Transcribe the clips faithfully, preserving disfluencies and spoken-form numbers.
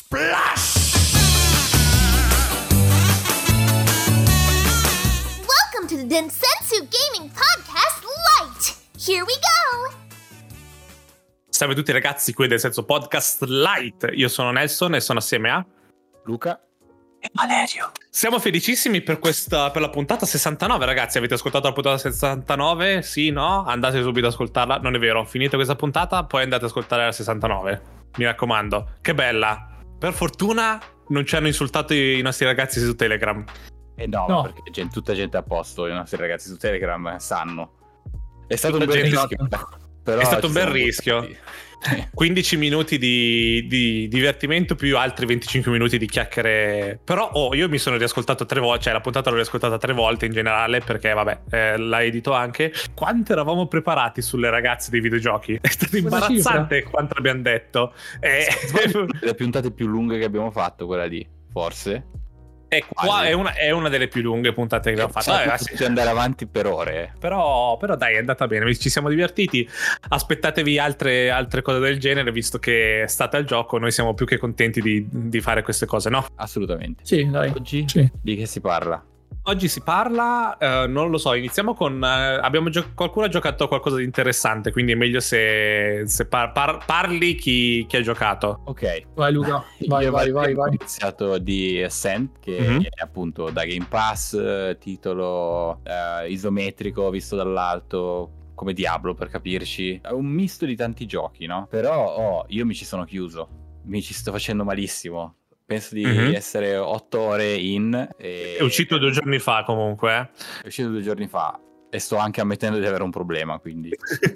Splash! Welcome to the Densensu Gaming Podcast Lite! Here we go! Salve a tutti ragazzi, qui del Densensu Podcast Lite. Io sono Nelson e sono assieme a Luca e Valerio. Siamo felicissimi per questa per la puntata sessantanove, ragazzi. Avete ascoltato la puntata sessantanove? Sì, no? Andate subito ad ascoltarla. Non è vero, finite questa puntata, poi andate ad ascoltare la sessantanove. Mi raccomando, che bella. Per fortuna non ci hanno insultato i nostri ragazzi su Telegram. Eh no, No. perché gente, tutta gente a posto, i nostri ragazzi su Telegram sanno. È stato Tutta un bel gente- rischio. Però È stato un ci bel siamo rischio. buttati. quindici minuti di, di divertimento più altri venticinque minuti di chiacchiere. Però oh, io mi sono riascoltato tre volte, cioè la puntata l'ho riascoltata tre volte in generale, perché vabbè, eh, la edito anche. Quanto eravamo preparati sulle ragazze dei videogiochi? È stato imbarazzante quanto abbiamo detto. Eh, Le puntate più lunghe che abbiamo fatto, quella lì, forse. e qua è una, è una delle più lunghe puntate che abbiamo fatto. Vabbè, sì. Potete andare avanti per ore. Però, però dai, è andata bene, ci siamo divertiti. Aspettatevi altre, altre cose del genere, visto che state al gioco. Noi siamo più che contenti di, di fare queste cose, no? Assolutamente. Sì, dai. Oggi Sì. di che si parla? Oggi si parla, eh, non lo so, iniziamo con... eh, abbiamo gio- qualcuno ha giocato a qualcosa di interessante, quindi è meglio se, se par- par- parli chi, chi ha giocato. Ok. Vai Luca, vai, Io vai, e vai, Valerio vai. Ho iniziato di Ascent, che Mhm. è appunto da Game Pass, eh, titolo eh, isometrico visto dall'alto, come Diablo per capirci. È un misto di tanti giochi, no? Però oh, io mi ci sono chiuso, mi ci sto facendo malissimo. Penso di Mhm. essere otto ore in. E... È uscito due giorni fa comunque. eh. È uscito due giorni fa e sto anche ammettendo di avere un problema, quindi.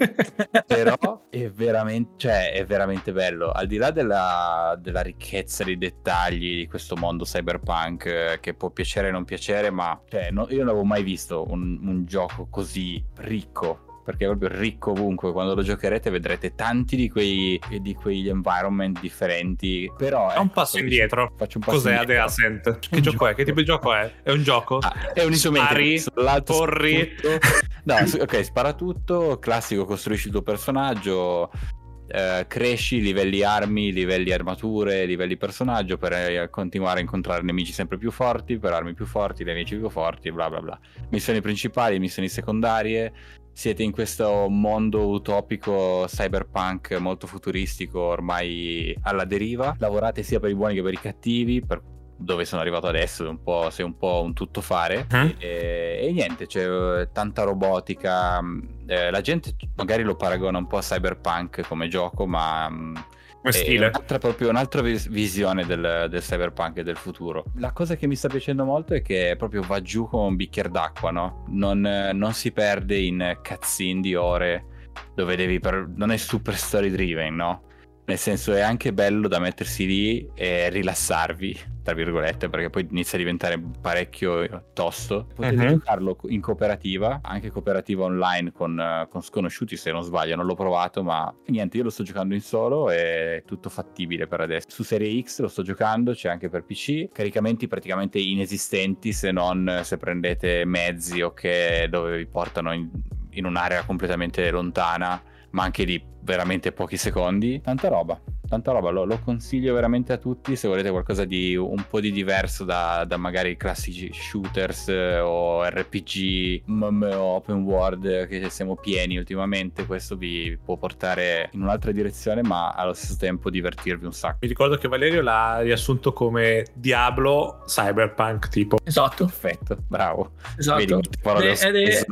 Però è veramente, cioè, è veramente bello. Al di là della, della ricchezza di dettagli di questo mondo cyberpunk, eh, che può piacere o non piacere, ma cioè, no- io non avevo mai visto un, un gioco così ricco. Perché è proprio ricco ovunque. Quando lo giocherete vedrete tanti di quei di quegli environment differenti. Però È un ecco, passo indietro. Faccio un passo Cos'è indietro. The Ascent? Che Un gioco è? Che tipo di gioco è? È un gioco? Ah, è un isometrico. Spari, Sull'alto corri. tutto. No, su- ok, spara tutto. Classico, costruisci il tuo personaggio. eh, cresci, livelli armi, livelli armature, livelli personaggio per eh, continuare a incontrare nemici sempre più forti, per armi più forti, nemici più forti, bla bla bla. Missioni principali, missioni secondarie. Siete in questo mondo utopico cyberpunk molto futuristico, ormai alla deriva. Lavorate sia per i buoni che per i cattivi, per dove sono arrivato adesso, è un po', sei un po' un tuttofare. Mhm. E, e niente, c'è eh, tanta robotica. eh, la gente magari lo paragona un po' a cyberpunk come gioco, ma mm, Come è stile. un'altra, proprio un'altra vis- visione del, del cyberpunk e del futuro. La cosa che mi sta piacendo molto è che proprio va giù come un bicchiere d'acqua, no? Non, eh, non si perde in cutscene di ore dove devi per... non è super story driven, no? Nel senso è anche bello da mettersi lì e rilassarvi, tra virgolette, perché poi inizia a diventare parecchio tosto. Potete Mhm. giocarlo in cooperativa, anche cooperativa online con, eh, con sconosciuti, se non sbaglio, non l'ho provato, ma niente, io lo sto giocando in solo e è tutto fattibile per adesso. Su Serie X lo sto giocando, c'è anche per P C, caricamenti praticamente inesistenti se non se prendete mezzi o che dove vi portano in, in un'area completamente lontana, ma anche lì veramente pochi secondi. Tanta roba, tanta roba, lo, lo consiglio veramente a tutti se volete qualcosa di un po' di diverso da, da magari i classici shooters eh, o R P G, M M O, open world, eh, che siamo pieni ultimamente. Questo vi può portare in un'altra direzione, ma allo stesso tempo divertirvi un sacco. Mi ricordo che Valerio l'ha riassunto come Diablo Cyberpunk tipo. Esatto, Perfetto, bravo. esatto. Vedi quante parole ho Ed è- ed è- speso.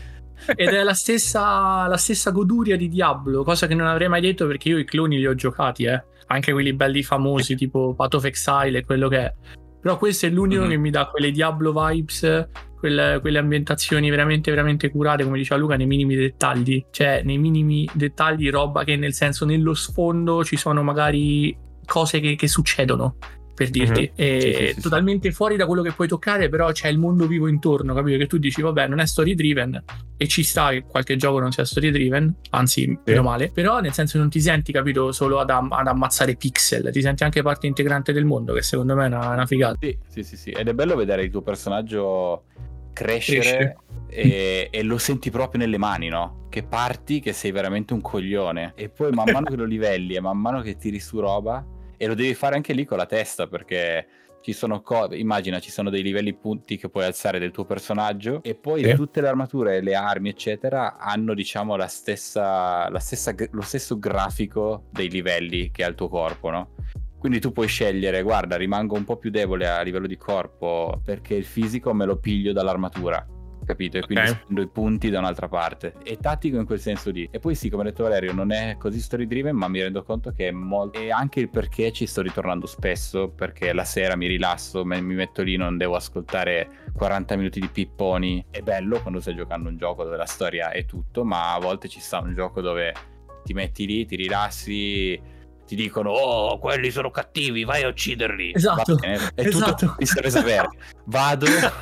Ed è la stessa, la stessa goduria di Diablo, cosa che non avrei mai detto perché io i cloni li ho giocati, eh. Anche quelli belli famosi, tipo Path of Exile e quello che è. Però questo è l'unico Mhm. che mi dà quelle Diablo vibes, quelle, quelle ambientazioni veramente, veramente curate, come diceva Luca, nei minimi dettagli. Cioè, nei minimi dettagli, roba che nel senso, nello sfondo ci sono magari cose che, che succedono. Per dirti, Mhm. e Sì, sì, sì, totalmente fuori da quello che puoi toccare, però c'è il mondo vivo intorno, capito? Che tu dici, vabbè, non è story driven, e ci sta che qualche gioco non sia story driven, anzi, meno male, però nel senso non ti senti, capito, solo ad, am- ad ammazzare pixel, ti senti anche parte integrante del mondo, che secondo me è una, una figata. Sì, sì, sì, sì. Ed è bello vedere il tuo personaggio crescere Cresce. e, e lo senti proprio nelle mani, no? Che parti che sei veramente un coglione e poi man mano che lo livelli e man mano che tiri su roba e lo devi fare anche lì con la testa, perché ci sono co- immagina ci sono dei livelli punti che puoi alzare del tuo personaggio e poi Sì. tutte le armature, le armi eccetera hanno diciamo la stessa, la stessa lo stesso grafico dei livelli che ha il tuo corpo, no? Quindi tu puoi scegliere, guarda, rimango un po' più debole a livello di corpo perché il fisico me lo piglio dall'armatura, capito? E quindi Ok. spendo i punti da un'altra parte. È tattico in quel senso lì. E poi sì, come ha detto Valerio, non è così story driven, ma mi rendo conto che è molto... E anche il perché ci sto ritornando spesso, perché la sera mi rilasso, me- mi metto lì, non devo ascoltare quaranta minuti di pipponi. È bello quando stai giocando un gioco dove la storia è tutto, ma a volte ci sta un gioco dove ti metti lì, ti rilassi... ti dicono oh quelli sono cattivi, vai a ucciderli. Esatto. Va bene, è Esatto. tutto mi serve sapere. Vado,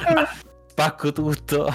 spacco tutto,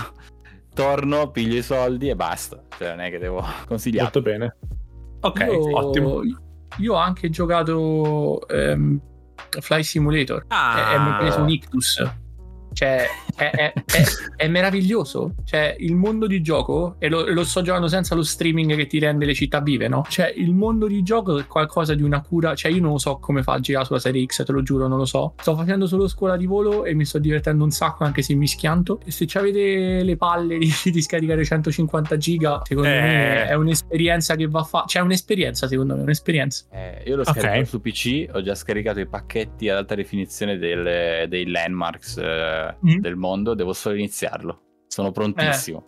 torno, piglio i soldi e basta, cioè non è che devo consigliare. Molto bene. Ok, Io- ottimo. Io ho anche giocato ehm, Fly Simulator Ah. e, e mi ho preso un ictus. Cioè, è, è- è- è meraviglioso. Cioè, il mondo di gioco, e lo, lo sto giocando senza lo streaming che ti rende le città vive, no? Cioè, il mondo di gioco è qualcosa di una cura. Cioè, io non lo so come fa a girare sulla serie X, te lo giuro, non lo so. Sto facendo solo scuola di volo e mi sto divertendo un sacco, anche se mi schianto. E se avete le palle di, di scaricare centocinquanta giga, secondo Eh. me è un'esperienza che va fatta. Cioè, è un'esperienza, secondo me, è un'esperienza. Eh, io l'ho Ok. scaricato su P C, ho già scaricato i pacchetti ad alta definizione del- dei landmarks eh, Mm. del mondo, devo solo iniziarlo. Sono prontissimo.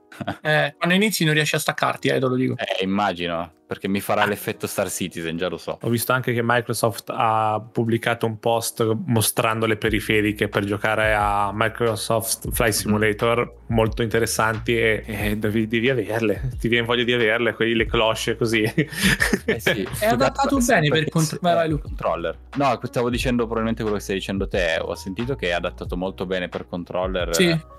Eh, quando inizi non riesci a staccarti, eh, te lo dico. Eh, immagino, perché mi farà l'effetto Star Citizen, già lo so. Ho visto anche che Microsoft ha pubblicato un post mostrando le periferiche per giocare a Microsoft Flight Simulator, molto interessanti, e, e devi, devi averle, ti viene voglia di averle, quelli, le cloche così. Eh sì, È adattato bene per contro- vai, vai, Luca. controller. No, stavo dicendo probabilmente quello che stai dicendo te. Ho sentito che è adattato molto bene per controller. Sì. Eh,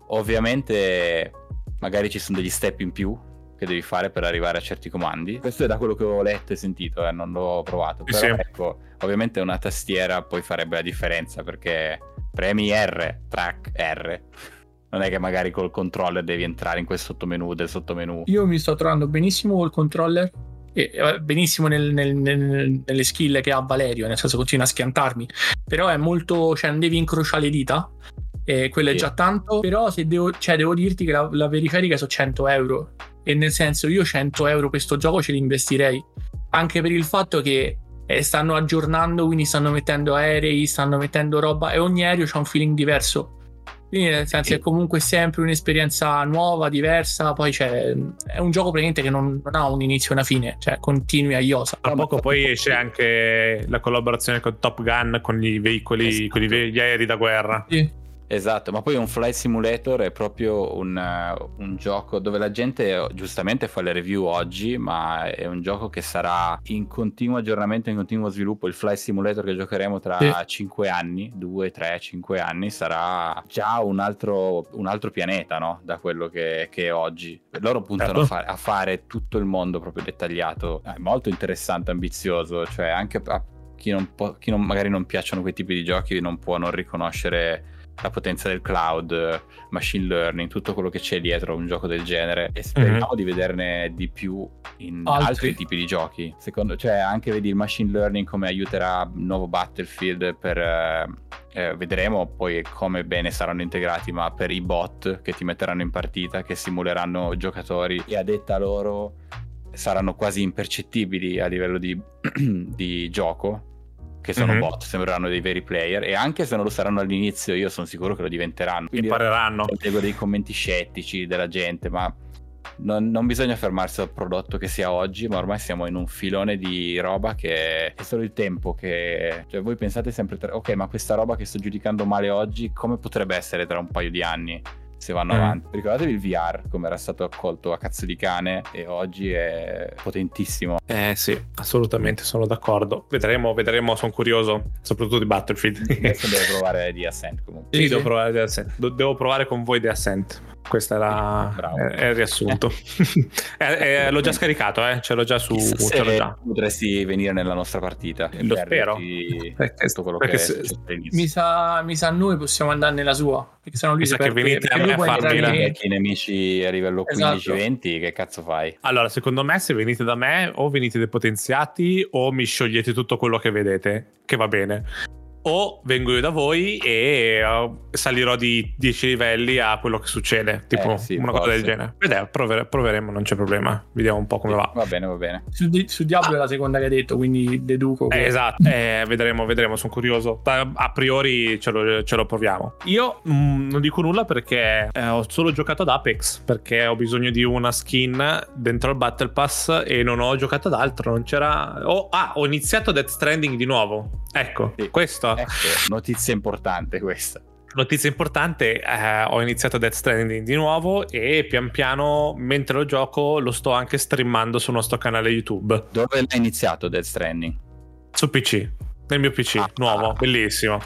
Ovviamente, magari ci sono degli step in più che devi fare per arrivare a certi comandi. Questo è da quello che ho letto e sentito, eh, non l'ho provato. Sì, Però sì. ecco, ovviamente una tastiera poi farebbe la differenza, perché premi R, track R. Non è che magari col controller devi entrare in quel sottomenu del sottomenu. Io mi sto trovando benissimo col controller. E eh, benissimo nel- nel- nel- nelle skill che ha Valerio, nel senso continua a schiantarmi. Però è molto. Cioè, non devi incrociare le dita. E quello Sì. è già tanto. Però se devo, cioè, devo dirti che la, la periferica sono cento euro. E nel senso, io cento euro per sto gioco ce li investirei. Anche per il fatto che eh, stanno aggiornando, quindi stanno mettendo aerei, stanno mettendo roba, e ogni aereo c'ha un feeling diverso. Quindi nel senso Sì. è comunque sempre un'esperienza nuova, diversa. Poi c'è, è un gioco praticamente che non, non ha un inizio e una fine, cioè continui a iosa. Tra poco poi esce anche la collaborazione con Top Gun, con i veicoli, Esatto. con i ve- gli aerei da guerra. Sì. Esatto, ma poi un Flight Simulator è proprio un, uh, un gioco dove la gente giustamente fa le review oggi, ma è un gioco che sarà in continuo aggiornamento, in continuo sviluppo. Il Flight Simulator che giocheremo tra Sì. cinque anni, due, tre, cinque anni, sarà già un altro, un altro pianeta, no? Da quello che, che è oggi. Loro puntano Certo. a, fare, a fare tutto il mondo proprio dettagliato. È molto interessante, ambizioso, cioè anche a chi, non può, chi non, magari non piacciono quei tipi di giochi non può non riconoscere la potenza del cloud, machine learning, tutto quello che c'è dietro un gioco del genere, e speriamo Mhm. di vederne di più in Altri. altri tipi di giochi. Secondo, cioè anche vedi il machine learning come aiuterà il nuovo Battlefield per eh, eh, vedremo poi come bene saranno integrati, ma per i bot che ti metteranno in partita, che simuleranno giocatori, e a detta loro saranno quasi impercettibili a livello di, di gioco, che sono Mhm. bot, sembreranno dei veri player, e anche se non lo saranno all'inizio io sono sicuro che lo diventeranno. Quindi Impareranno. leggo dei commenti scettici della gente, ma non, non bisogna fermarsi al prodotto che sia oggi, ma ormai siamo in un filone di roba che è solo il tempo che... Cioè voi pensate sempre, tra- ok, ma questa roba che sto giudicando male oggi, come potrebbe essere tra un paio di anni? Se vanno Mm. avanti. Ricordatevi il V R come era stato accolto a cazzo di cane, e oggi è potentissimo. Eh sì, assolutamente, sono d'accordo. Vedremo, vedremo, sono curioso, soprattutto di Battlefield. Adesso devo provare di Ascent comunque. Sì, Sì, devo sì. provare The Ascent. Do- devo provare con voi The Ascent. Questo è, la, è, è il riassunto. è, è, l'ho già scaricato, eh? Ce l'ho già su. Ce l'ho già. Potresti venire nella nostra partita. Lo spero. Tutto quello che se, mi sa, mi sa noi possiamo andare nella sua. Perché se no lui mi sa che venite a me a farmi la... i nemici a livello quindici venti, esatto. Che cazzo fai? Allora, secondo me, se venite da me, o venite depotenziati, o mi sciogliete tutto quello che vedete, che va bene. O vengo io da voi e uh, salirò di dieci livelli a quello che succede, tipo eh, sì, una forse. cosa del genere. Vedete, provere, proveremo, non c'è problema. Vediamo un po' come sì, va. Va bene, va bene. Su, su Diablo ah. è la seconda che hai detto, quindi deduco che... Eh, esatto, eh, vedremo, vedremo, sono curioso. A priori ce lo, ce lo proviamo. Io mh, non dico nulla perché eh, ho solo giocato ad Apex, perché ho bisogno di una skin dentro il Battle Pass e non ho giocato ad altro, non c'era... Oh, ah, ho iniziato Death Stranding di nuovo. Ecco, sì. questo... Ecco, notizia importante questa. Notizia importante, eh, ho iniziato Death Stranding di nuovo e pian piano, mentre lo gioco, lo sto anche streamando sul nostro canale YouTube. Dove l'hai iniziato Death Stranding? Su P C. Nel mio P C, ah, ah, nuovo, bellissimo.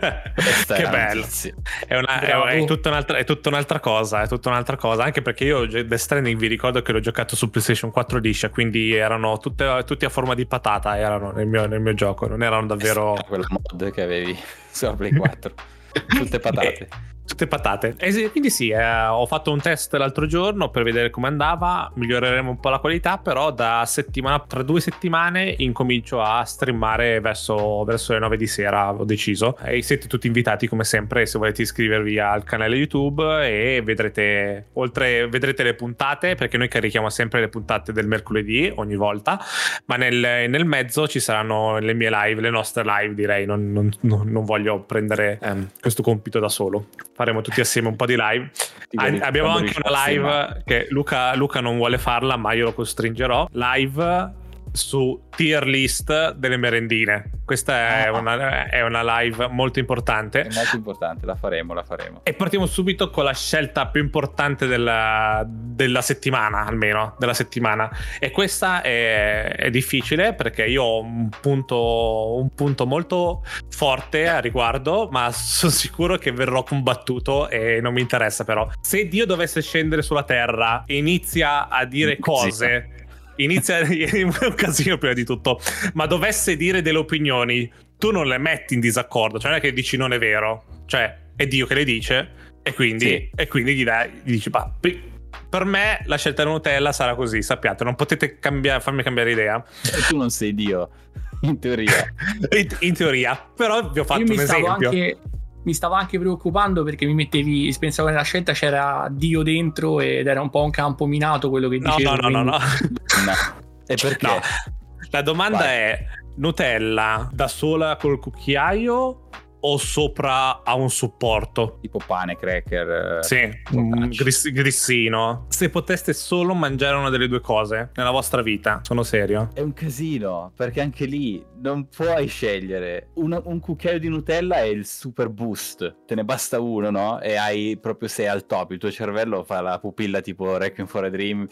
Che bello. È, una, è, è, tutta un'altra, è tutta un'altra cosa, è tutta un'altra cosa, anche perché io Death Stranding vi ricordo che l'ho giocato su PlayStation quattro liscia, quindi erano tutte, tutti a forma di patata, erano nel mio, nel mio gioco, non erano davvero... Quella mod che avevi sulla Play quattro, tutte patate. Tutte patate. E quindi sì, eh, ho fatto un test l'altro giorno per vedere come andava, miglioreremo un po' la qualità, però da settimana, tra due settimane incomincio a streamare verso, verso le nove di sera, ho deciso. E siete tutti invitati come sempre se volete iscrivervi al canale YouTube e vedrete, oltre, vedrete le puntate, perché noi carichiamo sempre le puntate del mercoledì ogni volta, ma nel, nel mezzo ci saranno le mie live, le nostre live direi, non, non, non voglio prendere ehm, questo compito da solo. Faremo tutti assieme un po' di live. Ah, abbiamo anche una live che Luca, Luca non vuole farla, ma io lo costringerò. Live su tier list delle merendine. Questa è, ah. una, è una live molto importante. È molto importante, la faremo, la faremo. E partiamo subito con la scelta più importante della, della settimana, almeno della settimana. E questa è, è difficile perché io ho un punto, un punto molto forte a riguardo, ma sono sicuro che verrò combattuto e non mi interessa però. Se Dio dovesse scendere sulla terra e inizia a dire cose... Sì. Inizia un casino prima di tutto, ma dovesse dire delle opinioni, tu non le metti in disaccordo, cioè non è che dici non è vero, cioè è Dio che le dice e quindi, sì. e quindi gli, dai, gli dici bah, per me la scelta di Nutella sarà così, sappiate, non potete cambiare, farmi cambiare idea. E tu non sei Dio, in teoria. in, in teoria, però vi ho fatto Io un esempio. Anche... Mi stavo anche preoccupando perché mi mettevi, pensavo che nella scelta c'era Dio dentro ed era un po' un campo minato quello che dicevo. No, no, no, quindi... no, no. no. E perché? No. La domanda Vai. è: Nutella da sola col cucchiaio o sopra a un supporto? Tipo pane, cracker. Sì, un gris- grissino. Se poteste solo mangiare una delle due cose nella vostra vita, sono serio. È un casino, perché anche lì non puoi scegliere. Un, un cucchiaio di Nutella è il super boost. Te ne basta uno, no? E hai proprio, sei al top. Il tuo cervello fa la pupilla tipo Requiem for a Dream.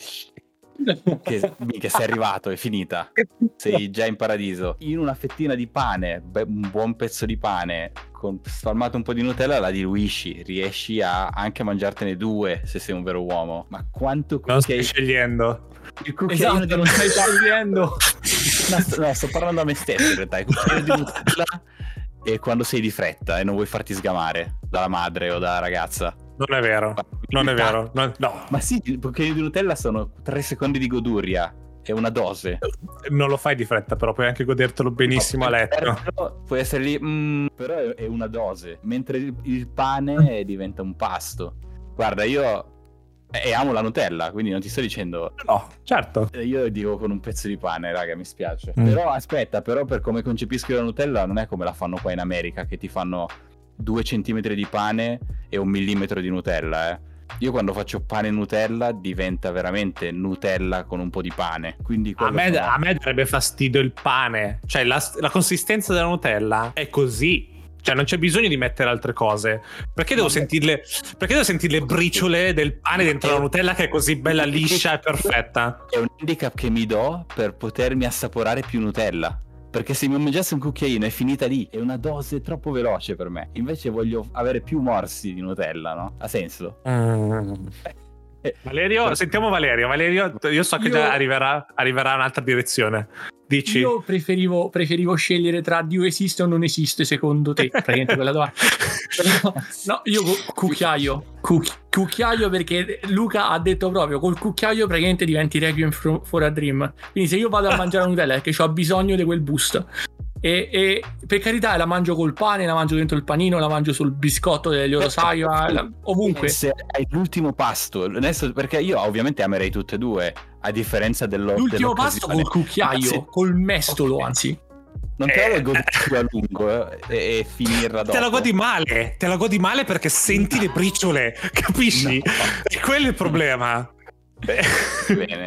Che, che sei arrivato, è finita, sei già in paradiso. In una fettina di pane, un buon pezzo di pane con spalmato un po' di Nutella, la diluisci, riesci a anche a mangiartene due se sei un vero uomo. Ma quanto non stai scegliendo il cucchiaino esatto, di non stai scegliendo. no, sto, no, sto parlando a me stesso in realtà. Il cucchiaino di Nutella è quando sei di fretta e non vuoi farti sgamare dalla madre o dalla ragazza. Non è vero, non è vero, no, no. Ma sì, il cucchiaino di Nutella sono tre secondi di goduria, è una dose. Non lo fai di fretta, però puoi anche godertelo benissimo no, a letto. Puoi essere lì, mm, però è, è una dose, mentre il, il pane diventa un pasto. Guarda, io e amo la Nutella, quindi non ti sto dicendo no, certo. Io dico con un pezzo di pane, raga, mi spiace. Mm. Però aspetta, però per come concepisco la Nutella non è come la fanno qua in America, che ti fanno due centimetri di pane e un millimetro di Nutella, eh. Io quando faccio pane e Nutella diventa veramente Nutella con un po' di pane. Quindi a me, sono... a me darebbe fastidio il pane. Cioè la, la consistenza della Nutella è così. Cioè non c'è bisogno di mettere altre cose. Perché devo sentirle Perché devo sentire le briciole del pane dentro la Nutella che è così bella liscia e perfetta? È un handicap che mi do per potermi assaporare più Nutella. perché se mi mangiassi un cucchiaino è finita lì, è una dose troppo veloce per me. Invece voglio avere più morsi di Nutella, no? Ha senso? Mm. Valerio, per... sentiamo Valerio. Valerio, io so che io... già arriverà, arriverà in un'altra direzione. Dici? Io preferivo, preferivo scegliere tra Dio esiste o non esiste secondo te, praticamente quella domanda. No, io cucchiaio, cuc- cucchiaio perché Luca ha detto proprio col cucchiaio praticamente diventi Requiem for a Dream. Quindi se io vado a mangiare la Nutella è che ho bisogno di quel boost. E, e per carità la mangio col pane, la mangio dentro il panino, la mangio sul biscotto degli Orosaio, ovunque. Se hai l'ultimo pasto, adesso, perché io ovviamente amerei tutte e due, a differenza dello, l'ultimo pasto col cucchiaio, se... col mestolo, okay. Anzi. Non te la godi più a lungo eh, e, e finirla dopo. Te la godi male, te la godi male perché senti le briciole, capisci? No. E quello è il problema. Bene.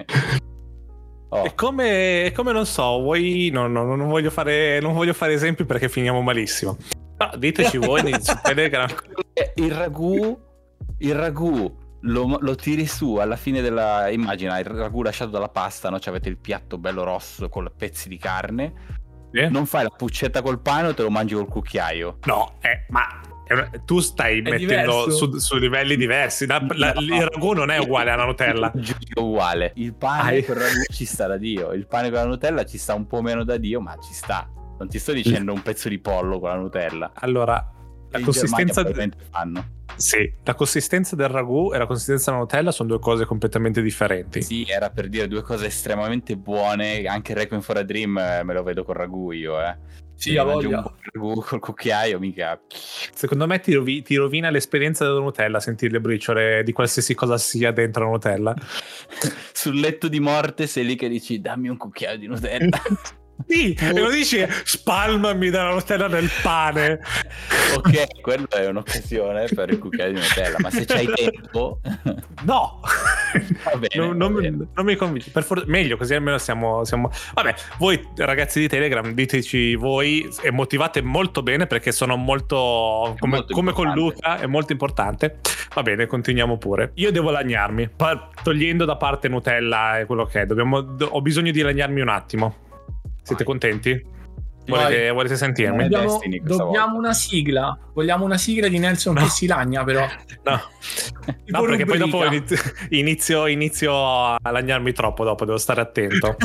Oh. È come, è come non so, vuoi no, no, non voglio fare non voglio fare esempi perché finiamo malissimo. Però diteci voi su Telegram. Il ragù il ragù lo, lo tiri su alla fine della, immagina il ragù lasciato dalla pasta, no? Cioè avete il piatto bello rosso con pezzi di carne. Yeah. Non fai la puccetta col pane o te lo mangi col cucchiaio? No, eh, ma tu stai è mettendo su, su livelli diversi. La, la, no. Il ragù non è uguale alla Nutella. È uguale. Il pane ah, con il ragù ci sta da Dio. Il pane con la Nutella ci sta un po' meno da Dio, ma ci sta. Non ti sto dicendo un pezzo di pollo con la Nutella. Allora, la consistenza de... fanno. Sì, la consistenza del ragù e la consistenza della Nutella sono due cose completamente differenti. Sì, era per dire due cose estremamente buone. Anche il Requiem for a Dream me lo vedo con ragù io, eh. Sì, a voglia. Un ragù col cucchiaio, mica. Secondo me ti, rovi- ti rovina l'esperienza della Nutella sentire le briciole di qualsiasi cosa sia dentro la Nutella. Sul letto di morte sei lì che dici dammi un cucchiaio di Nutella. Sì, e lo dici spalmami dalla Nutella nel pane. Ok, quello è un'occasione per il cucchiaio di Nutella, ma se c'hai tempo no, va bene, non, non, va bene. non mi convinci. Per for- meglio così almeno siamo, siamo vabbè, voi ragazzi di Telegram diteci voi e motivate molto bene perché sono molto come, molto come con Luca è molto importante. Va bene, continuiamo pure. Io devo lagnarmi pa- togliendo da parte Nutella e quello che è dobbiamo, do- ho bisogno di lagnarmi un attimo. Siete contenti? Volete, volete sentirmi? Dobbiamo, Destiny, dobbiamo una sigla. Vogliamo una sigla di Nelson no. che si lagna, però. No, no perché poi dopo inizio, inizio a lagnarmi troppo. Dopo devo stare attento.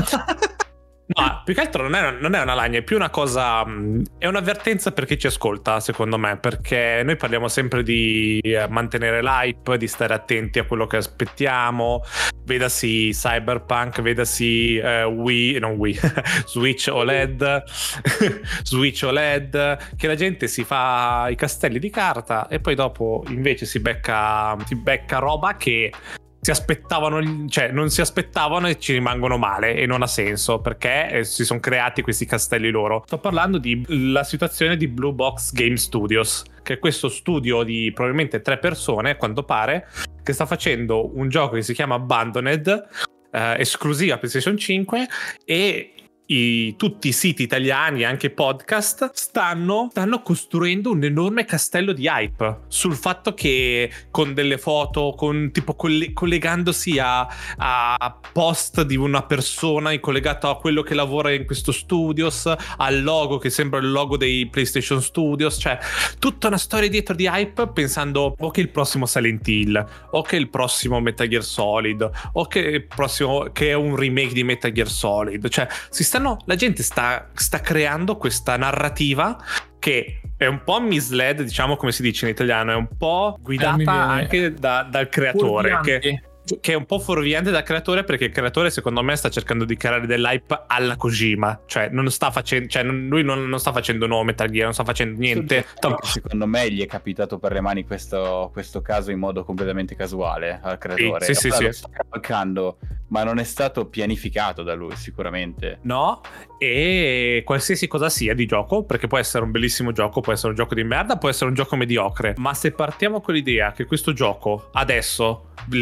No, più che altro non è, non è una lagna, è più una cosa, è un'avvertenza per chi ci ascolta, secondo me, perché noi parliamo sempre di mantenere l'hype, di stare attenti a quello che aspettiamo, vedasi Cyberpunk, vedasi uh, Wii, non Wii, Switch O L E D, Switch O L E D, che la gente si fa i castelli di carta e poi dopo invece si becca, si becca roba che si aspettavano, cioè non si aspettavano e ci rimangono male e non ha senso perché eh, si sono creati questi castelli loro. Sto parlando di la situazione di Blue Box Game Studios, che è questo studio di probabilmente tre persone, a quanto pare, che sta facendo un gioco che si chiama Abandoned, eh, esclusiva PlayStation cinque, e I, tutti i siti italiani, anche podcast, stanno, stanno costruendo un enorme castello di hype sul fatto che con delle foto, con tipo coll- collegandosi a, a post di una persona collegato a quello che lavora in questo studios, al logo che sembra il logo dei PlayStation Studios, cioè tutta una storia dietro di hype, pensando o che il prossimo Silent Hill, o che il prossimo Metal Gear Solid, o che il prossimo che è un remake di Metal Gear Solid, cioè si stanno la gente sta, sta creando questa narrativa che è un po' misled, diciamo, come si dice in italiano, è un po' guidata eh, anche da, dal creatore, che, che è un po' fuorviante dal creatore, perché il creatore secondo me sta cercando di creare dell'hype alla Kojima, cioè non sta facendo, cioè non, lui non, non sta facendo nuovo Metal Gear, non sta facendo niente. Secondo me gli è capitato per le mani questo, questo caso in modo completamente casuale al creatore. Sì, sì, sì, lo sì. sta cavalcando, ma non è stato pianificato da lui sicuramente. No, e qualsiasi cosa sia di gioco, perché può essere un bellissimo gioco, può essere un gioco di merda, può essere un gioco mediocre, ma se partiamo con l'idea che questo gioco adesso, leggendo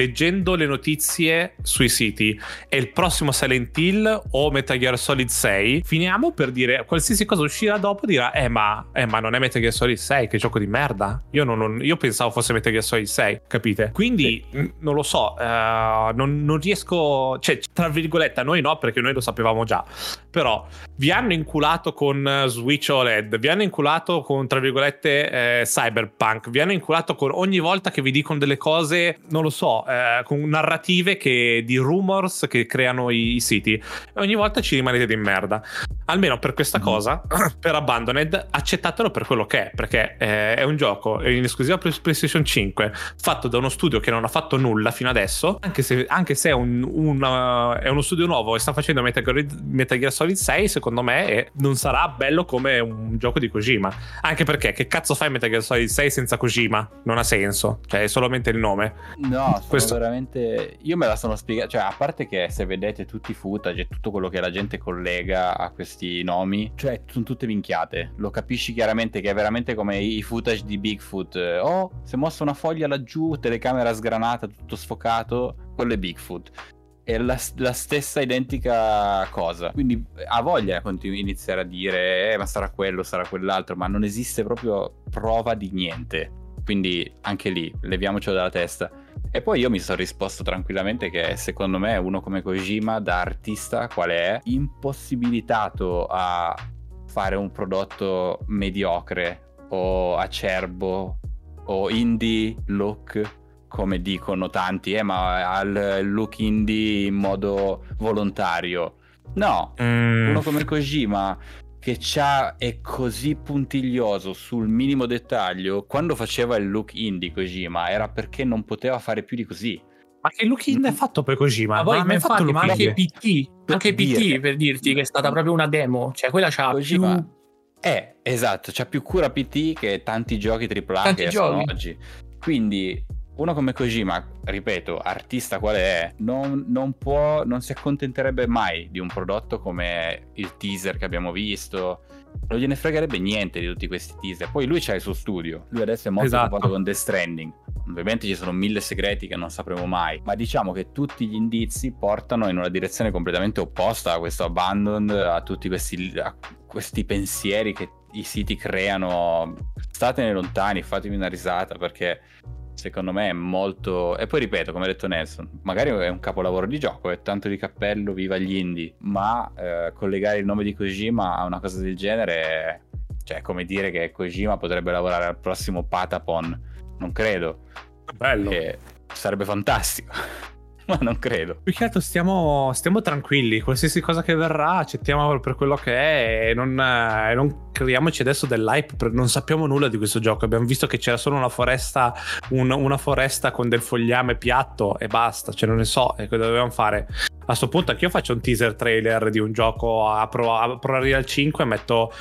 guardando le notizie sui siti è il prossimo Silent Hill o Metal Gear Solid sei, finiamo per dire qualsiasi cosa uscirà dopo dirà eh ma, eh, ma non è Metal Gear Solid sei, che gioco di merda. Io, non, non, io pensavo fosse Metal Gear Solid sei, capite? Quindi sì. n- non lo so, uh, non, non riesco, cioè tra virgolette a noi no, perché noi lo sapevamo già, però vi hanno inculato con Switch O L E D, vi hanno inculato con tra virgolette eh, Cyberpunk, vi hanno inculato con ogni volta che vi dicono delle cose, non lo so, eh, con narrative che, di rumors che creano i, i siti, e ogni volta ci rimanete di merda. Almeno per questa mm. cosa, per Abandoned, accettatelo per quello che è, perché eh, è un gioco in esclusiva per PlayStation cinque fatto da uno studio che non ha fatto nulla fino adesso, anche se, anche se è, un, una, è uno studio nuovo e sta facendo Metal Gear, Metal Gear Solid sei, secondo me è, non sarà bello come un gioco di Kojima, anche perché che cazzo fai Metal Gear Solid sei senza Kojima? Non ha senso, cioè è solamente il nome. No, sono Questo... veramente, io me la sono spiegata, cioè a parte che se vedete tutti i footage e tutto quello che la gente collega a questi nomi, cioè sono tutte minchiate, lo capisci chiaramente che è veramente come i footage di Bigfoot. Oh, si è mossa una foglia laggiù, telecamera sgranata, tutto sfocato, quello è Bigfoot. È la, la stessa identica cosa, quindi ha voglia continu- iniziare a dire eh, ma sarà quello, sarà quell'altro, ma non esiste proprio prova di niente, quindi anche lì leviamocelo dalla testa. E poi io mi sono risposto tranquillamente che secondo me uno come Kojima, da artista quale è, impossibilitato a fare un prodotto mediocre o acerbo o indie look, come dicono tanti, eh, ma al look indie in modo volontario. No, mm. uno come Kojima che c'ha, è così puntiglioso sul minimo dettaglio. Quando faceva il look indie Kojima era perché non poteva fare più di così. Ma che look indie è fatto per Kojima? Ma poi non ha mai infatti, fatto ma anche P T, anche P T per dirti che è stata proprio una demo, cioè quella c'ha Kojima più... Eh, esatto, c'ha più cura P T che tanti giochi tripla A tanti che giochi. escono oggi. Quindi uno come Kojima, ripeto, artista quale è, non, non può, non si accontenterebbe mai di un prodotto come il teaser che abbiamo visto. Non gliene fregherebbe niente di tutti questi teaser. Poi lui c'ha il suo studio, lui adesso è molto esatto. occupato con Death Stranding. Ovviamente ci sono mille segreti che non sapremo mai, ma diciamo che tutti gli indizi portano in una direzione completamente opposta a questo Abandoned, a tutti questi, a questi pensieri che i siti creano. Statene lontani, fatemi una risata, perché secondo me è molto... E poi ripeto, come ha detto Nelson, magari è un capolavoro di gioco, è tanto di cappello, viva gli indie, ma eh, collegare il nome di Kojima a una cosa del genere è... cioè è come dire che Kojima potrebbe lavorare al prossimo Patapon. Non credo. Bello. E sarebbe fantastico. Ma non credo. Più che altro stiamo, stiamo tranquilli, qualsiasi cosa che verrà accettiamo per quello che è e non, eh, non creiamoci adesso dell'hype, per, non sappiamo nulla di questo gioco. Abbiamo visto che c'era solo una foresta un, una foresta con del fogliame piatto e basta, cioè non ne so, e cosa dovevamo fare. A sto punto anch'io faccio un teaser trailer di un gioco, apro, apro Unreal cinque e metto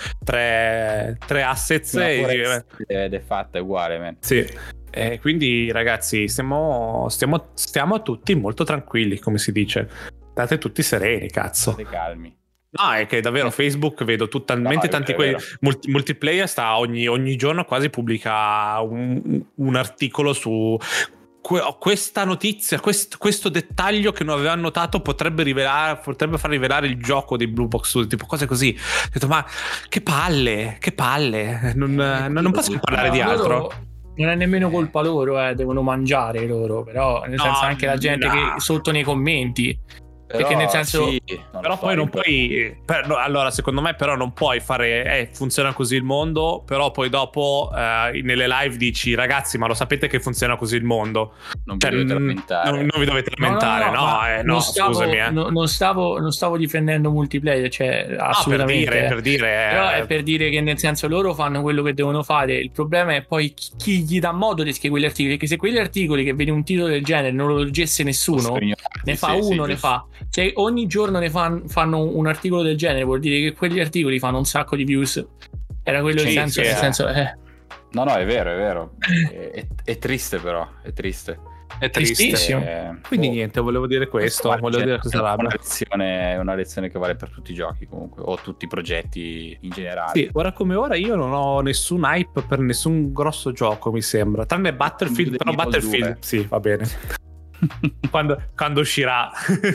tre, tre assets e... ed è fatta è uguale, man. Sì. E quindi ragazzi stiamo, stiamo, stiamo tutti molto tranquilli, come si dice, state tutti sereni, cazzo, state calmi. No, è che davvero Facebook vedo tu, talmente no, tanti quei multi, multiplayer sta ogni, ogni giorno quasi pubblica un, un articolo su que, questa notizia, quest, questo dettaglio che non avevamo notato potrebbe rivelare, potrebbe far rivelare il gioco dei Blue Box Studio, tipo cose così. Ho detto, ma che palle, che palle, non, non, non posso parlare di altro. Non è nemmeno colpa loro, eh, devono mangiare loro, però nel no, senso anche la gente no. che sotto nei commenti, però, perché nel senso sì, però poi non puoi per, no, allora secondo me però non puoi fare eh, funziona così il mondo, però poi dopo eh, nelle live dici ragazzi ma lo sapete che funziona così il mondo, non, cioè, vi, dovete lamentare. Non, non vi dovete lamentare no, no, no, no, eh, no non stavo, scusami eh. no, non, stavo, non stavo difendendo multiplayer, cioè assolutamente no, per dire, per dire eh. però è per dire che nel senso loro fanno quello che devono fare, il problema è poi chi, chi gli dà modo di scrivere quegli articoli, perché se quegli articoli che vedi un titolo del genere non lo leggesse nessuno, ne fa sì, uno sì, ne fa, cioè ogni giorno ne fan, fanno un articolo del genere, vuol dire che quegli articoli fanno un sacco di views. Era quello sì, il senso, sì, nel eh. senso eh. no no è vero è vero è, è, è triste, però è triste è tristissimo eh, quindi oh, niente, volevo dire questo volevo dire questa è una lezione, una lezione che vale per tutti i giochi comunque, o tutti i progetti in generale. Sì, ora come ora io non ho nessun hype per nessun grosso gioco, mi sembra, tranne Battlefield, però Battlefield due. Sì, va bene. quando, quando uscirà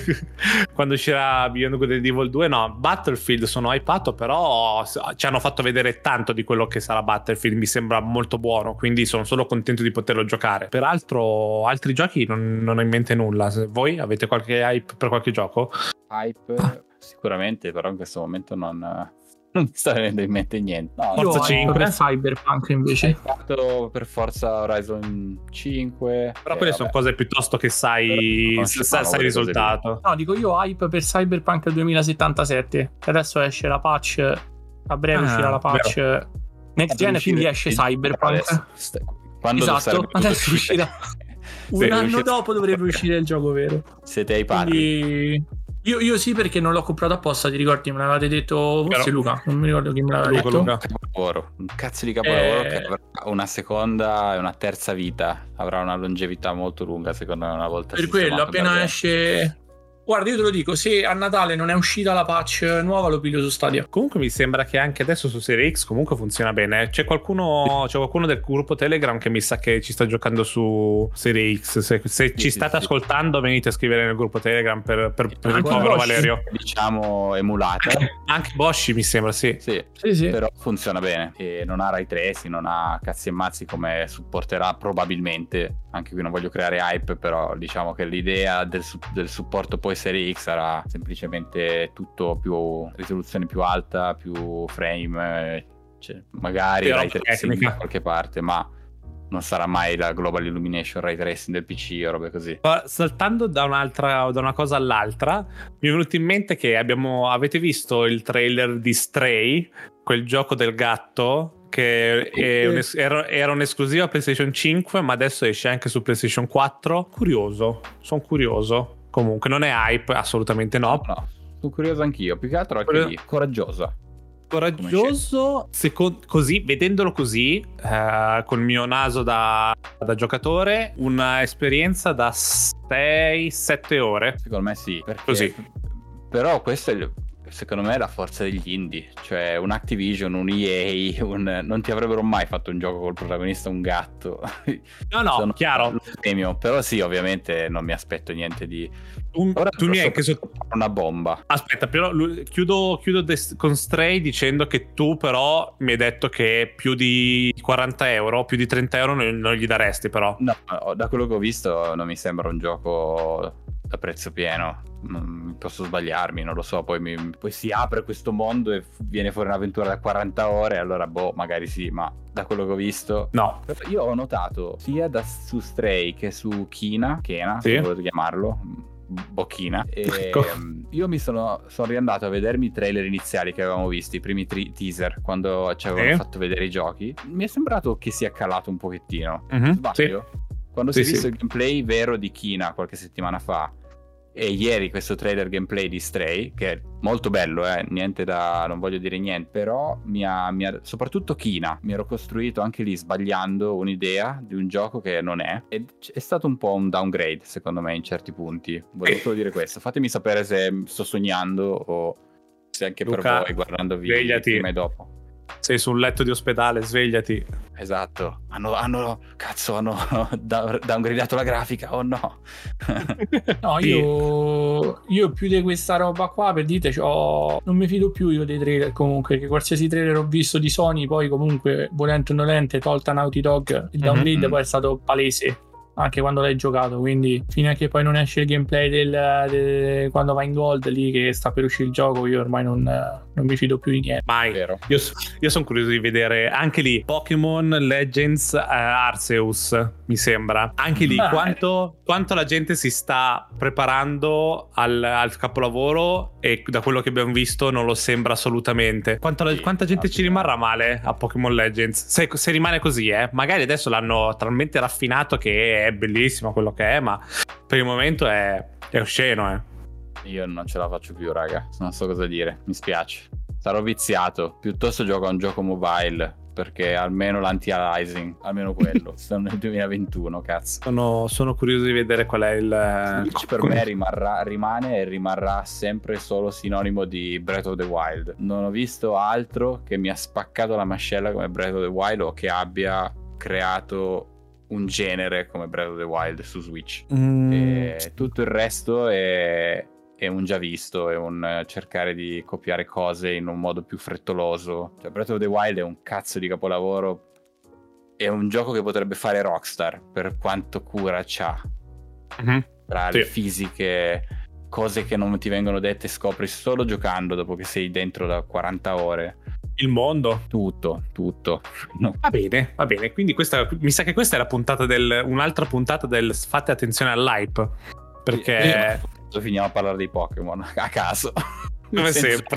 quando uscirà Beyond Good and Evil due. No, Battlefield sono hypato, però ci hanno fatto vedere tanto di quello che sarà Battlefield, mi sembra molto buono, quindi sono solo contento di poterlo giocare. Peraltro altri giochi non, non ho in mente nulla. Voi avete qualche hype per qualche gioco? Hype ah. Sicuramente, però in questo momento non non mi sta venendo in mente niente. No, Io Forza ho cinque per Cyberpunk invece. Ho fatto per Forza Horizon cinque. Però quelle eh, sono vabbè. cose piuttosto che sai, Non si sai, fanno sai il quelle cose risultato. No, dico io hype per Cyberpunk duemilasettantasette. Adesso esce la patch, a breve Ah, uscirà la patch next gen, quindi esce Cyberpunk. Adesso, st- quando Esatto, sarebbe dovuto adesso uscire? uscirà. Un Sì, anno uscire- dopo dovrebbe uscire il gioco vero. Siete ai pari. Quindi io, io sì, perché non l'ho comprato apposta, ti ricordi? Me l'avete detto forse Però- Luca, non mi ricordo chi me l'aveva Luca, detto. Luca. Capolavoro, un cazzo di capolavoro Eh. che avrà una seconda e una terza vita, avrà una longevità molto lunga secondo me una volta Per quello, sistemato appena bene. esce... Guarda, io te lo dico, se a Natale non è uscita la patch nuova, lo piglio su Stadia. Comunque mi sembra che anche adesso su Serie X comunque funziona bene. C'è qualcuno, c'è qualcuno del gruppo Telegram che mi sa che ci sta giocando su Serie X. Se, se ci sì, state sì. ascoltando, venite a scrivere nel gruppo Telegram per, per, per il Anche povero Bosch. Valerio. Diciamo emulata. Anche Bosch mi sembra, sì. Sì, Sì, sì. però funziona bene e non ha ray tracing, non ha cazzi e mazzi come supporterà probabilmente. Anche qui non voglio creare hype, però diciamo che l'idea del, su- del supporto poi Serie X sarà semplicemente tutto più risoluzione più alta, più frame, eh, cioè, magari Però ray tracing tecnica. da qualche parte, ma non sarà mai la Global Illumination ray tracing del P C o robe così. Ma saltando da un'altra, da una cosa all'altra, mi è venuto in mente che abbiamo, avete visto il trailer di Stray, quel gioco del gatto che è un es- era, era un'esclusiva PlayStation cinque, ma adesso esce anche su PlayStation quattro. Curioso, sono curioso. Comunque non è hype, assolutamente no. No, sono curioso anch'io, più che altro anche Quello- lì, coraggiosa. Coraggioso, secondo, così, vedendolo così, eh, col mio naso da, da giocatore, una esperienza da sei sette ore. Secondo me sì, perché Così. Però questo è il- secondo me è la forza degli indie, cioè un Activision, un E A, un... non ti avrebbero mai fatto un gioco col protagonista un gatto. No, no, Sono chiaro. lo premio, però sì, ovviamente non mi aspetto niente di... Tu, Ora tu mi hai anche sotto sotto... una bomba. Aspetta, però lu- chiudo, chiudo des- con Stray dicendo che tu però mi hai detto che più di quaranta euro, più di trenta euro non, non gli daresti però. No, da quello che ho visto non mi sembra un gioco a prezzo pieno. Non posso sbagliarmi, non lo so. Poi, mi, poi si apre questo mondo e f- viene fuori un'avventura da quaranta ore. Allora, boh, magari sì, ma da quello che ho visto. No. Io ho notato sia da, su Stray che su Kina, Kena, Sì. se volete chiamarlo, Bocchina. E, Ecco. ehm, io mi sono, sono riandato a vedermi i trailer iniziali che avevamo visto, i primi tri- teaser, quando ci avevano Sì. fatto vedere i giochi. Mi è sembrato che sia calato un pochettino. Mhm, Sbaglio? Quando Sì, si è visto sì. il gameplay vero di Kina qualche settimana fa e ieri questo trailer gameplay di Stray, che è molto bello, eh, niente da, non voglio dire niente, però mi ha, mi ha- soprattutto Kina, mi ero costruito anche lì sbagliando un'idea di un gioco che non è, e c- è stato un po' un downgrade secondo me in certi punti. Volevo solo dire questo, fatemi sapere se sto sognando o se anche Luca, per voi guardandovi svegliati. prima e dopo. Sei su un letto di ospedale, svegliati. Esatto, hanno, hanno cazzo, hanno da- downgradato la grafica, oh no. No, Sì. io, io più di questa roba qua, per dite, c'ho- non mi fido più io dei trailer comunque, che qualsiasi trailer ho visto di Sony, poi comunque, volente o nolente, tolta Naughty Dog, il downgrade Mhm. poi è stato palese, anche quando l'hai giocato, quindi fino a che poi non esce il gameplay del, del- quando va in gold lì che sta per uscire il gioco, io ormai non, non mi fido più di niente. Mai. Vero. Io, io sono curioso di vedere anche lì Pokémon Legends eh, Arceus, mi sembra. Anche lì Ah, quanto, quanto la gente si sta preparando al, al capolavoro, e da quello che abbiamo visto non lo sembra assolutamente. Quanto la- Sì, quanta gente ci infatti. rimarrà male a Pokémon Legends? Se, se rimane così, eh. Magari adesso l'hanno talmente raffinato che è bellissimo quello che è, ma per il momento è, è osceno, eh. Io non ce la faccio più, raga. Non so cosa dire. Mi spiace. Sarò viziato. Piuttosto gioco a un gioco mobile. Perché almeno l'anti-aliasing, almeno quello. Sono nel duemilaventuno, cazzo. Sono, sono curioso di vedere qual è il... Switch per me rimarrà, rimane e rimarrà sempre solo sinonimo di Breath of the Wild. Non ho visto altro che mi ha spaccato la mascella come Breath of the Wild o che abbia creato un genere come Breath of the Wild su Switch. Mm. E tutto il resto è, è un già visto, è un cercare di copiare cose in un modo più frettoloso. Cioè, Breath of the Wild è un cazzo di capolavoro, è un gioco che potrebbe fare Rockstar per quanto cura c'ha Mm-hmm. tra Sì. le fisiche, cose che non ti vengono dette, scopri solo giocando dopo che sei dentro da quaranta ore. Il mondo. Tutto, tutto. No. Va bene, va bene. Quindi questa, mi sa che questa è la puntata del, un'altra puntata del fate attenzione all'hype. Perché Adesso finiamo a parlare dei Pokémon a caso. come Senza- sempre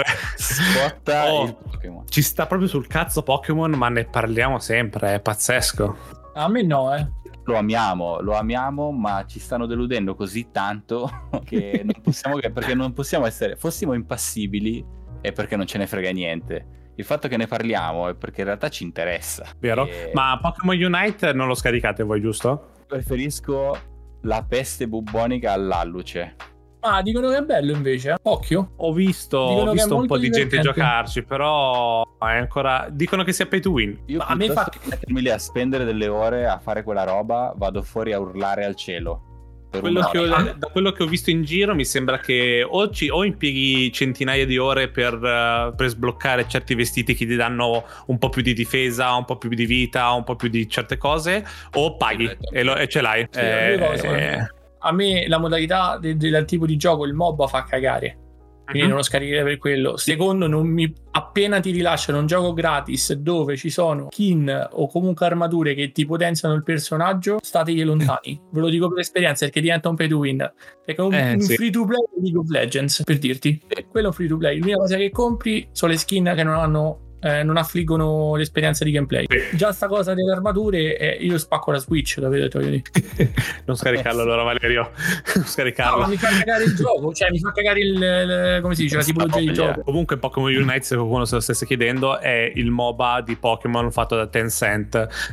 Scotta Oh. il Pokémon. ci sta proprio sul cazzo Pokémon, ma ne parliamo sempre, è pazzesco. A me no, eh. Lo amiamo, lo amiamo, ma ci stanno deludendo così tanto che non possiamo, che- perché non possiamo essere, fossimo impassibili è perché non ce ne frega niente. Il fatto che ne parliamo è perché in realtà ci interessa. Vero? E Ma Pokémon Unite non lo scaricate voi, giusto? preferisco la peste bubbonica all'alluce. Ah, dicono che è bello invece, eh. Occhio. Ho visto, Dicono ho che è visto un molto po' di gente divertente. giocarci, però è ancora. Dicono che sia pay to win. Io Ma a me piuttosto fa- che mettermi lì a spendere delle ore a fare quella roba, vado fuori a urlare al cielo. Per Quello che un'ora. ho- da quello che ho visto in giro mi sembra che o, ci, o impieghi centinaia di ore per, eh, per sbloccare certi vestiti che ti danno un po' più di difesa, un po' più di vita, un po' più di certe cose, o paghi Sì, e, lo- e ce l'hai. Sì, Eh, due cose. eh, A me la modalità de- del tipo di gioco, il MOBA fa cagare. Quindi Mhm. non lo scaricherei per quello. Secondo, non mi, appena ti rilasciano un gioco gratis dove ci sono skin o comunque armature che ti potenziano il personaggio, stategli lontani. Ve lo dico per esperienza, perché diventa un pay to win. Perché un, Eh, un sì. free to play di League of Legends, per dirti. Quello è un free to play. L'unica cosa che compri sono le skin che non hanno. eh, non affliggono l'esperienza di gameplay. Già sta cosa delle armature, eh, io spacco la Switch, capito? Voglio dire. non scaricarlo allora, Valerio. Non No, scaricarlo. ma mi fa cagare il gioco, cioè mi fa cagare il, il- come si dice, la tipologia di voglia. gioco. Comunque Pokémon Unite, se qualcuno se lo stesse chiedendo, è il MOBA di Pokémon fatto da Tencent,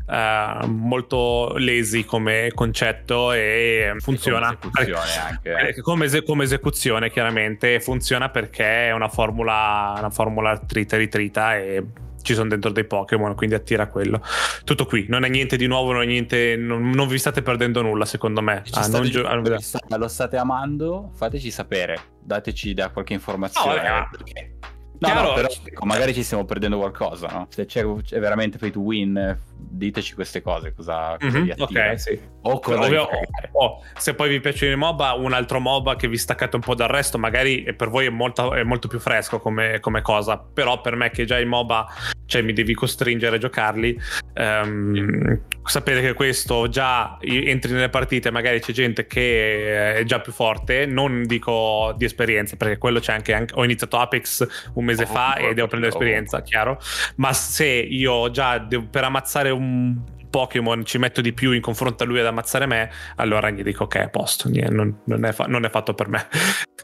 eh, molto lazy come concetto e funziona. Come esecuzione anche. Eh, Come, ese- come esecuzione chiaramente funziona perché è una formula, una formula trita e ritrita e ci sono dentro dei Pokémon, quindi attira quello. Tutto qui, non è niente di nuovo, non è niente, non, non vi state perdendo nulla secondo me. Ci Ah, state non gio- giocando, ah, vi sta- lo state amando, fateci sapere, dateci da qualche informazione. No, vabbè, perché... No, chiaro. no, però ecco, magari ci stiamo perdendo qualcosa, no? Se c'è, c'è veramente pay to win, eh, diteci queste cose, cosa, cosa Mhm, vi attira. ok, sì. O cosa Ovvio- vi fa cagare. oh, se poi vi piacciono i MOBA, un altro MOBA che vi staccate un po' dal resto, magari per voi è molto, è molto più fresco come, come cosa, però per me che già i MOBA, cioè mi devi costringere a giocarli, ehm, sapere che questo già entri nelle partite, magari c'è gente che è già più forte, non dico di esperienza, perché quello c'è anche, anche ho iniziato Apex un mese Ovunque, fa e devo prendere esperienza, chiaro, ma se io già devo, per ammazzare un Pokémon ci metto di più in confronto a lui ad ammazzare me, allora gli dico ok, a posto, niente, non, non, è fa- non è fatto per me.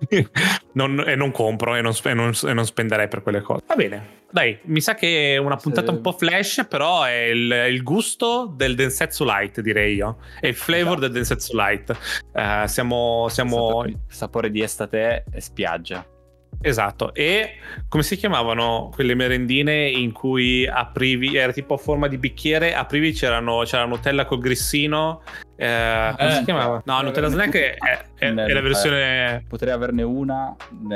non, e non compro e non, sp- e, non, e non spenderei per quelle cose. Va bene, dai, mi sa che è una puntata Sì. un po' flash, però è il, il gusto del Densetsu Light, direi io, è il flavor Esatto. del Densetsu Light. Eh, siamo, siamo Sapore, sapore di estate e spiaggia. esatto. E come si chiamavano quelle merendine in cui aprivi, era tipo a forma di bicchiere, aprivi, c'erano, c'era Nutella col grissino, eh, come Eh, si chiamava? No, Nutella Snack è, è, è Nel- la versione. Potrei averne una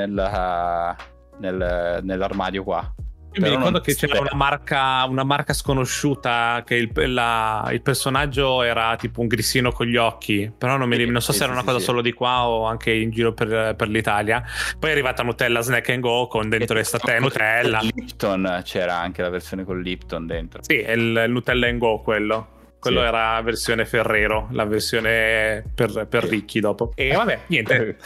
nel, nel- nell'armadio qua. Io mi Però ricordo non che c'era spero. una marca, una marca sconosciuta che il, la- il personaggio era tipo un grissino con gli occhi, però non, mi, Sì, non so sì, se era sì, una sì, cosa sì. solo di qua o anche in giro per, per l'Italia. Poi è arrivata Nutella Snack and Go con dentro le statue Nutella. Lipton, c'era anche la versione con Lipton dentro. Sì, è il, il Nutella and Go quello. Quello Sì. era la versione Ferrero, la versione per, per Sì. ricchi dopo. E vabbè, niente.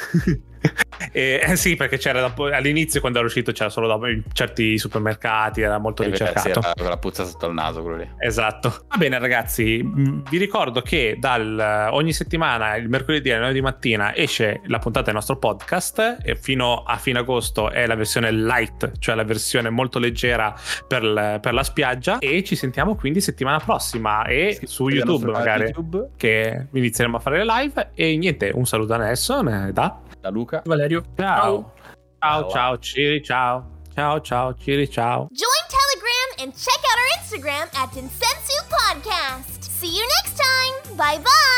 E, eh sì, perché c'era dopo, all'inizio quando era uscito c'era solo dopo in certi supermercati, era molto Eh, ricercato. sì, era con la puzza sotto il naso quello lì. Esatto. Va bene ragazzi, mh, vi ricordo che dal, ogni settimana il mercoledì alle nove di mattina esce la puntata del nostro podcast e fino a fine agosto è la versione light, cioè la versione molto leggera per, l- per la spiaggia, e ci sentiamo quindi settimana prossima e Sì, su il YouTube nostro canale magari YouTube, che inizieremo a fare le live. E niente, un saluto da Nelson e da da Luca. Valerio. ciao ciao Ciao. ciao Ciri, ciao ciao ciao Ciri, ciao. Join Telegram and check out our Instagram at Densensu Podcast. See you next time. Bye bye!